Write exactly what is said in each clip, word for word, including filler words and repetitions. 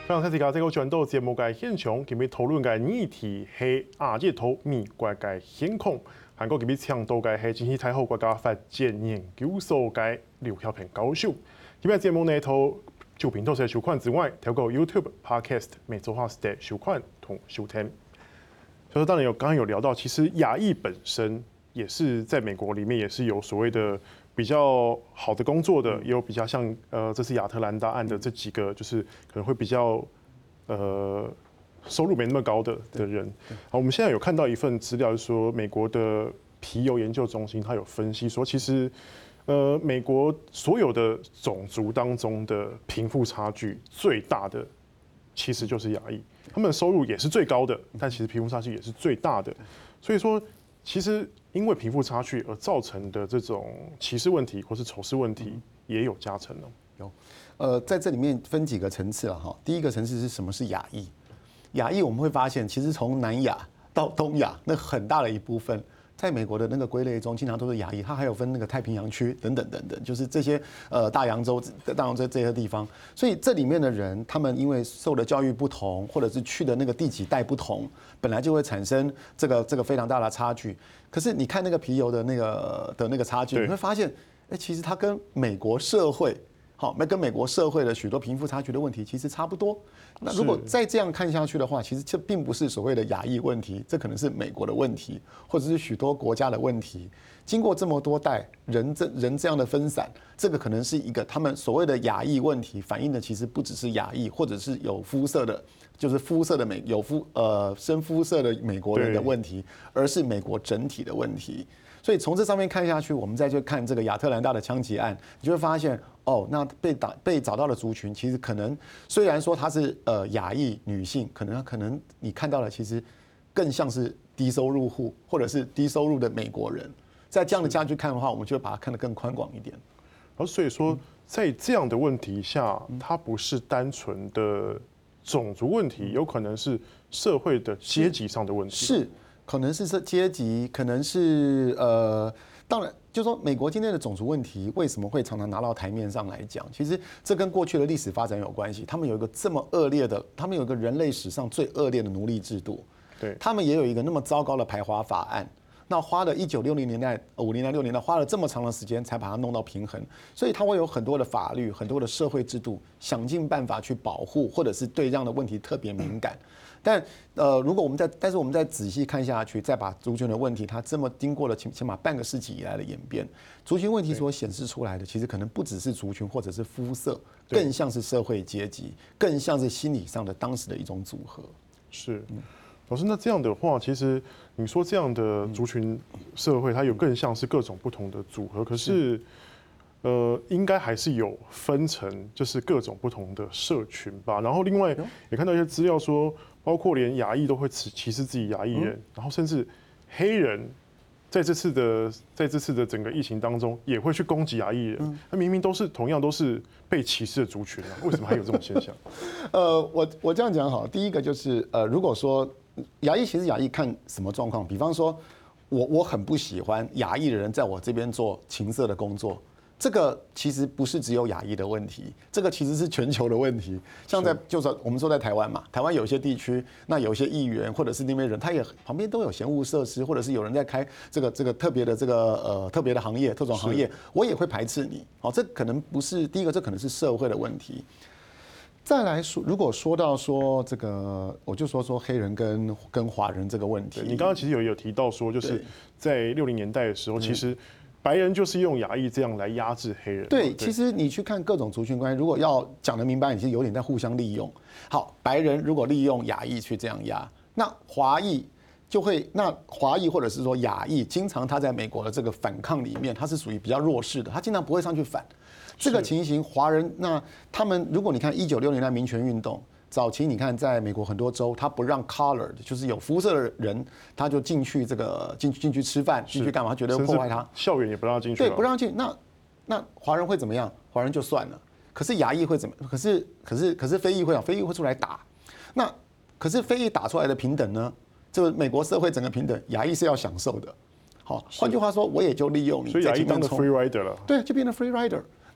咱睇下這個轉到節目嘅現場，佢哋討論嘅議題係亞熱島美國嘅現況，韓國佢哋倡導嘅係經濟太后國家發展研究所嘅劉曉平教授。今日節目呢，頭就平台上收看之外，透過 YouTube、Podcast 每週花時間收看同收聽。所以當然有剛剛有聊到，其實亞裔本身也是在美國裡面也是有所謂的比較好的工作的，也有比較像呃這次亞特蘭大案的這幾個，就是可能會比較呃收入沒那麼高的的人。好，我們現在有看到一份資料，就是說美國的皮尤研究中心，它有分析說，其實呃美國所有的種族當中的貧富差距最大的，其實就是亞裔，他們的收入也是最高的，但其實貧富差距也是最大的。所以說，其實因為貧富差距而造成的這種歧視問題或是仇視問題，也有加成了。 有，呃，在這裡面分幾個層次了哈。第一個層次是什麼是亞裔？亞裔我們會發現，其實從南亞到東亞，那很大的一部分，在美國的那個歸類中，經常都是亞裔。它還有分那個太平洋區等等等等，就是這些呃大洋洲、大洋洲這些地方。所以這裡面的人，他們因為受的教育不同，或者是去的那個第幾代不同，本來就會產生這個這個非常大的差距。可是你看那個皮尤的那個的那個差距，你會發現，哎，其實它跟美國社會，好，那跟美國社會的許多貧富差距的問題其實差不多。那如果再這樣看下去的話，其實這並不是所謂的亞裔問題，這可能是美國的問題，或者是許多國家的問題。經過這麼多代人這人這樣的分散，這個可能是一個他們所謂的亞裔問題，反映的其實不只是亞裔，或者是有膚色的，就是膚色的美有膚呃深膚色的美國人的問題，而是美國整體的問題。所以從這上面看下去，我們再去看這個亞特蘭大的槍擊案，你就會發現，哦，那被打被找到的族群，其實可能雖然說他是呃亞裔女性，可能可能你看到的其實更像是低收入戶或者是低收入的美國人。在這樣的價值看的話，我們就會把它看得更寬廣一點。 而所以說，在這樣的問題下，它不是單純的種族問題，有可能是社會的階級上的問題。 是。可能是這階級，可能是呃，當然，就是說美國今天的種族問題為什麼會常常拿到台面上來講？其實這跟過去的歷史發展有關係。他們有一個這麼惡劣的，他們有一個人類史上最惡劣的奴隸制度，對，他們也有一個那麼糟糕的排華法案。那花了一九六零年代、五零年代、六零年代，花了這麼長的時間才把它弄到平衡，所以它會有很多的法律、很多的社會制度，想盡辦法去保護，或者是對這樣的問題特別敏感。但呃，如果我們再，但是我們再仔細看下去，再把族群的問題，它這麼經過了起起碼半個世紀以來的演變，族群問題所顯示出來的，其實可能不只是族群或者是膚色，更像是社會階級，更像是心理上的當時的一種組合。 是，老師，那這樣的話，其實你說這樣的族群社會，它有更像是各種不同的組合，可是，呃，應該還是有分成，就是各種不同的社群吧。然後另外也看到一些資料說，包括連亞裔都會歧視自己亞裔人，嗯、然後甚至黑人在這次的在這次的整個疫情當中也會去攻擊亞裔人。那、嗯、明明都是同樣都是被歧視的族群啊，為什麼還有這種現象？ 呃，我我這樣講好，第一個就是呃，如果說亞裔，其實亞裔看什麼狀況？比方說我我很不喜歡亞裔的人在我這邊做情色的工作。這個其實不是只有亞裔的問題，這個其實是全球的問題。像在就是我們說在台灣嘛，台灣有些地區，那有些議員或者是那邊人，他也旁邊都有嫌惡設施，或者是有人在開這個這個特別的這個呃特別的行業、特種行業，我也會排斥你。好，這可能不是第一個，這可能是社會的問題。再來說，如果說到說這個，我就說說黑人跟跟華人這個問題。 你剛剛其實有有提到說，就是在六零年代的時候，其實。白人就是用亞裔這樣來壓制黑人。 對，其實你去看各種族群關係，如果要講得明白，你是有點在互相利用。好，白人如果利用亞裔去這樣壓，那華裔就會，那華裔或者是說亞裔，經常他在美國的這個反抗裡面，他是屬於比較弱勢的，他經常不會上去反。這個情形，華人那他們，如果你看一九六零年代民權運動。早期你看，在美國很多州，他不讓 colored， 就是有膚色的人，他就進去這個進進去吃飯，進去幹嘛？他覺得破壞他校園也不讓進去。 對，不讓進。那那華人會怎麼樣？華人就算了。可是亞裔會怎麼？可是可是可是非裔會啊，非裔會出來打。那可是非裔打出來的平等呢？就美國社會整個平等，亞裔是要享受的。好，換句話說，我也就利用你。 所以亞裔當了 free rider 了。 對，就變成 free rider。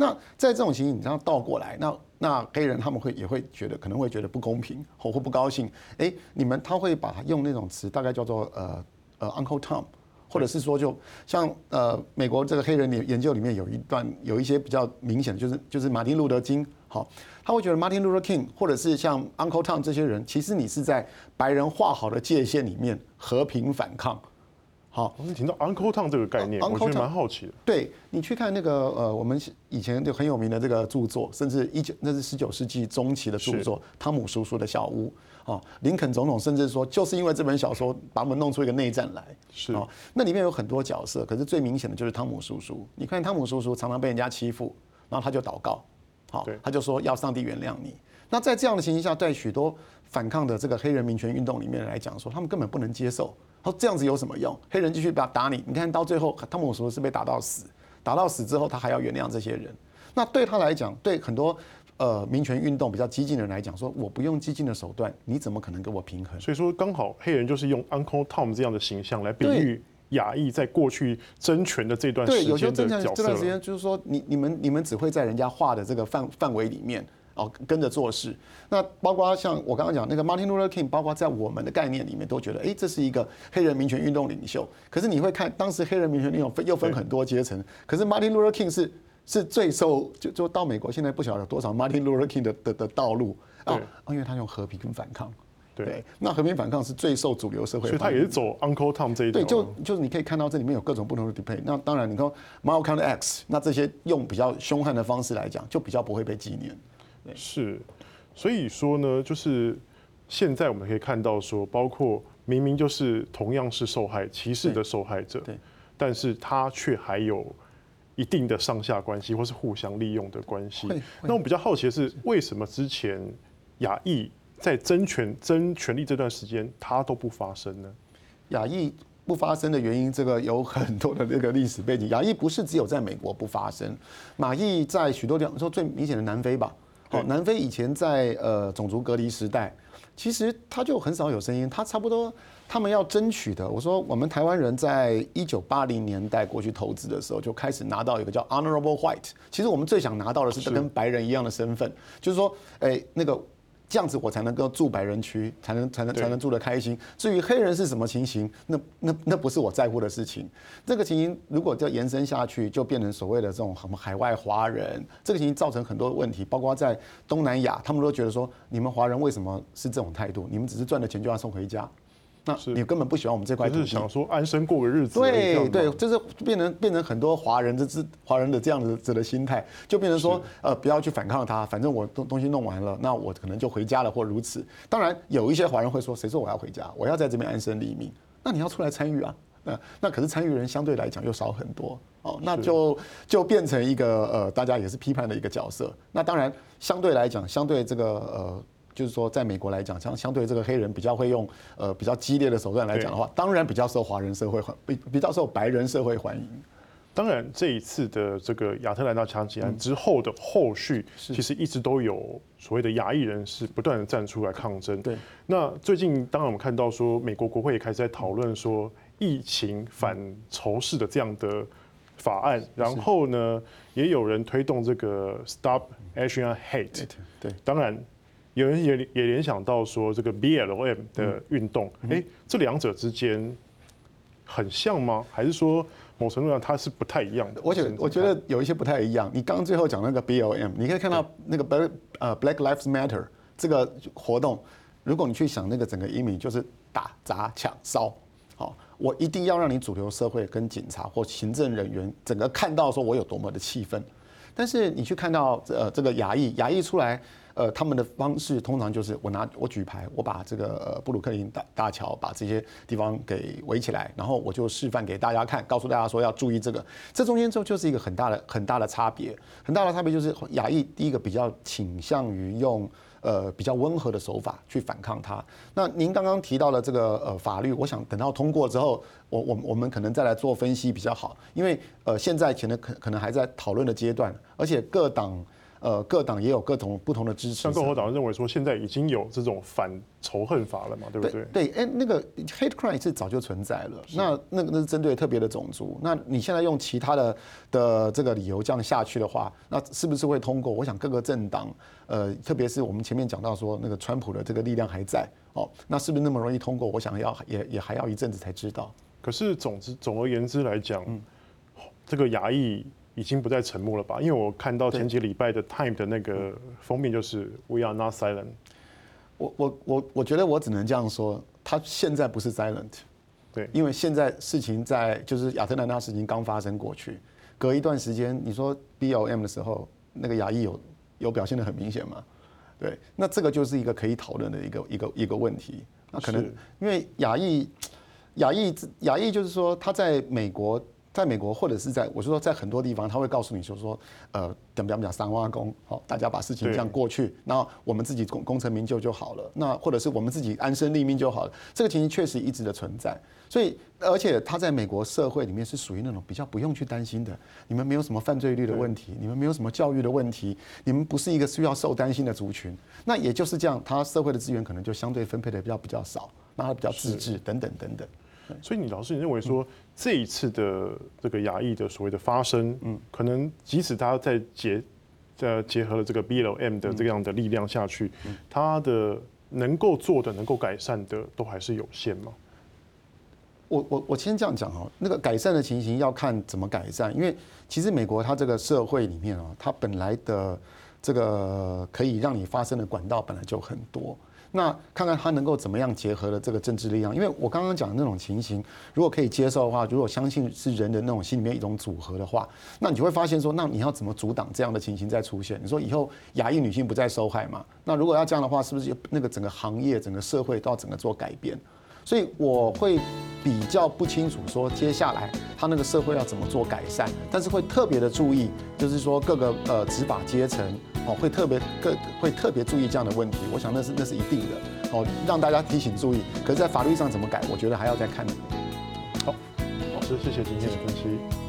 那在这种情形，你这样倒过来，那那黑人他们会也会觉得可能会觉得不公平或或不高兴。哎，你们他会把用那种词，大概叫做呃呃 Uncle Tom。或者是说，就像呃美国这个黑人研究里面有一段有一些比较明显的，就是就是马丁路德金，好，他会觉得 Martin Luther King 或者是像 Uncle Tom 这些人，其实你是在白人画好的界限里面和平反抗。好， 我们听到 Uncle Tom 这个概念，我觉得蛮好奇的。 对，你去看那个呃，我们以前就很有名的这个著作，甚至一九那是十九世纪中期的著作《汤姆叔叔的小屋》。哦，林肯总统甚至说，就是因为这本小说，把我们弄出一个内战来。 是哦，那里面有很多角色，可是最明显的就是汤姆叔叔。你看汤姆叔叔常常被人家欺负，然后他就祷告，好，他就说要上帝原谅你。那在这样的情形下，在许多反抗的这个黑人民权运动里面来讲说，他们根本不能接受。他说这样子有什么用？黑人继续打打你，你看到最后，汤姆叔叔是被打到死，打到死之后，他还要原谅这些人。那对他来讲，对很多。呃，民权运动比较激进的人来讲，说我不用激进的手段，你怎么可能跟我平衡？ 所以说，刚好黑人就是用 Uncle Tom 这样的形象来比喻亚裔在过去争权的这段时间的角色。对，有些争权这段时间就是说，你你们你们只会在人家画的这个范范围里面哦跟着做事。那包括像我刚刚讲那个 Martin Luther King， 包括在我们的概念里面都觉得，哎，这是一个黑人民权运动领袖。可是你会看，当时黑人民权运动又分很多阶层，可是 Martin Luther King 是。是最受就就到美国现在不晓得有多少 Martin Luther King 的的的道路啊，因为他用和平跟反抗，对，那和平反抗是最受主流社会， 所以他也是走 Uncle Tom 这一条。 对，就就是你可以看到这里面有各种不同的 debate。那当然，你看 Malcolm X， 那这些用比较凶悍的方式来讲，就比较不会被纪念。 是，所以说呢，就是现在我们可以看到说，包括明明就是同样是受害歧视的受害者，对，但是他却还有。一定的上下关系，或是互相利用的关系。那我比较好奇的是，为什么之前亚裔在争权、争权力这段时间，他都不发声呢？ 亚裔不发声的原因，这个有很多的那个历史背景。亚裔不是只有在美国不发声，马裔在许多地方，说最明显的南非吧。好，南非以前在呃种族隔离时代，其实他就很少有声音，他差不多他们要争取的。我说我们台湾人在一九八零年代过去投资的时候，就开始拿到一个叫 Honorable White。其实我们最想拿到的是跟白人一样的身份，就是说，哎，那个。这样子我才能够住白人区，才能才能才能住得开心。至于黑人是什么情形，那那那不是我在乎的事情。这个情形如果再延伸下去，就变成所谓的这种什么海外华人，这个情形造成很多问题，包括在东南亚，他们都觉得说，你们华人为什么是这种态度？你们只是赚了钱就要送回家。那你根本不喜欢我们这块土地， 就是想说安生过个日子。 对对，就是变成变成很多华人，这是华人的这样子的心态，就变成说，呃，不要去反抗他，反正我东东西弄完了，那我可能就回家了或如此。当然，有一些华人会说，谁说我要回家？我要在这边安身立命。那你要出来参与啊。那那可是参与人相对来讲又少很多哦，那就就变成一个呃，大家也是批判的一个角色。那当然，相对来讲，相对这个呃。就是说，在美国来讲，相相对这个黑人比较会用呃比较激烈的手段来讲的话，当然比较受华人社会欢比比较受白人社会欢迎。 当然，这一次的这个亚特兰大枪击案之后的后续，其实一直都有所谓的亚裔人士不断的站出来抗争。 对， 那最近当然我们看到说，美国国会也开始在讨论说疫情反仇视的这样的法案，然后呢，也有人推动这个 Stop Asian Hate。 对， 当然。有人也也联想到说，这个 B L M 的运动，哎、嗯欸，这两者之间很像吗？还是说某程度上它是不太一样的？ 我觉得我觉得有一些不太一样。你刚刚最后讲那个 B L M， 你可以看到那个 Black 呃 Black Lives Matter 这个活动，如果你去想那个整个 image 就是打砸抢烧，好，我一定要让你主流社会跟警察或行政人员整个看到说我有多么的气愤。但是你去看到呃这个亚裔亚裔出来。呃，他们的方式通常就是我拿我举牌，我把这个呃布鲁克林大大桥把这些地方给围起来，然后我就示范给大家看，告诉大家说要注意这个。这中间就就是一个很大的很大的差别，很大的差别就是亚裔第一个比较倾向于用呃比较温和的手法去反抗它。那您刚刚提到的这个呃法律，我想等到通过之后，我我我们可能再来做分析比较好，因为呃现在可能可可能还在讨论的阶段，而且各党。 呃各党也有各种不同的支持者。 像共和党认为说，现在已经有这种反仇恨法了嘛，对不对？ 对，哎、欸，那个 hate crime 是早就存在了，那那个那是针对特别的种族。那你现在用其他的的这个理由这样下去的话，那是不是会通过？我想各个政党，呃，特别是我们前面讲到说那个川普的这个力量还在哦，那是不是那么容易通过？我想要也也还要一阵子才知道。 可是总之总而言之来讲，嗯、这个亚裔已经不再沉默了吧？因为我看到前几个礼拜的 Time 的那个封面就是 We are not silent。 我我我我觉得我只能这样说，他现在不是 silent， 对， 因为现在事情在就是亚特兰大事情刚发生过去，隔一段时间，你说 B L M 的时候，那个亚裔有有表现得很明显吗？对，那这个就是一个可以讨论的一个一个一个问题。那可能因为亚裔亚裔亚裔就是说他在美国。在美国，或者是在我是说，在很多地方，他会告诉你，就是说，呃，讲讲讲三挖工，好，大家把事情这样过去，那我们自己功功成名就就好了，那或者是我们自己安身立命就好了。这个情形确实一直的存在，所以而且他在美国社会里面是属于那种比较不用去担心的，你们没有什么犯罪率的问题，你们没有什么教育的问题，你们不是一个需要受担心的族群。那也就是这样，他社会的资源可能就相对分配的比较比较少，那他比较自治等等等等。 所以你老师，你认为说这一次的这个亚裔的所谓的发生，嗯，可能即使他在结呃结合了这个 B L M 的这样的力量下去，他的能够做的、能够改善的都还是有限吗？ 我我我先这样讲哈，那个改善的情形要看怎么改善，因为其实美国它这个社会里面啊，它本来的这个可以让你发生的管道本来就很多。那看看他能够怎么样结合了这个政治力量，因为我刚刚讲的那种情形，如果可以接受的话，如果相信是人的那种心里面一种组合的话，那你就会发现说，那你要怎么阻挡这样的情形再出现？你说以后亚裔女性不再受害嘛？那如果要这样的话，是不是那个整个行业、整个社会都要整个做改变？所以我会比较不清楚说接下来他那个社会要怎么做改善，但是会特别的注意，就是说各个呃执法阶层哦会特别各会特别注意这样的问题。我想那是那是一定的哦，让大家提醒注意。可是，在法律上怎么改，我觉得还要再看。 好，老师谢谢今天的分析。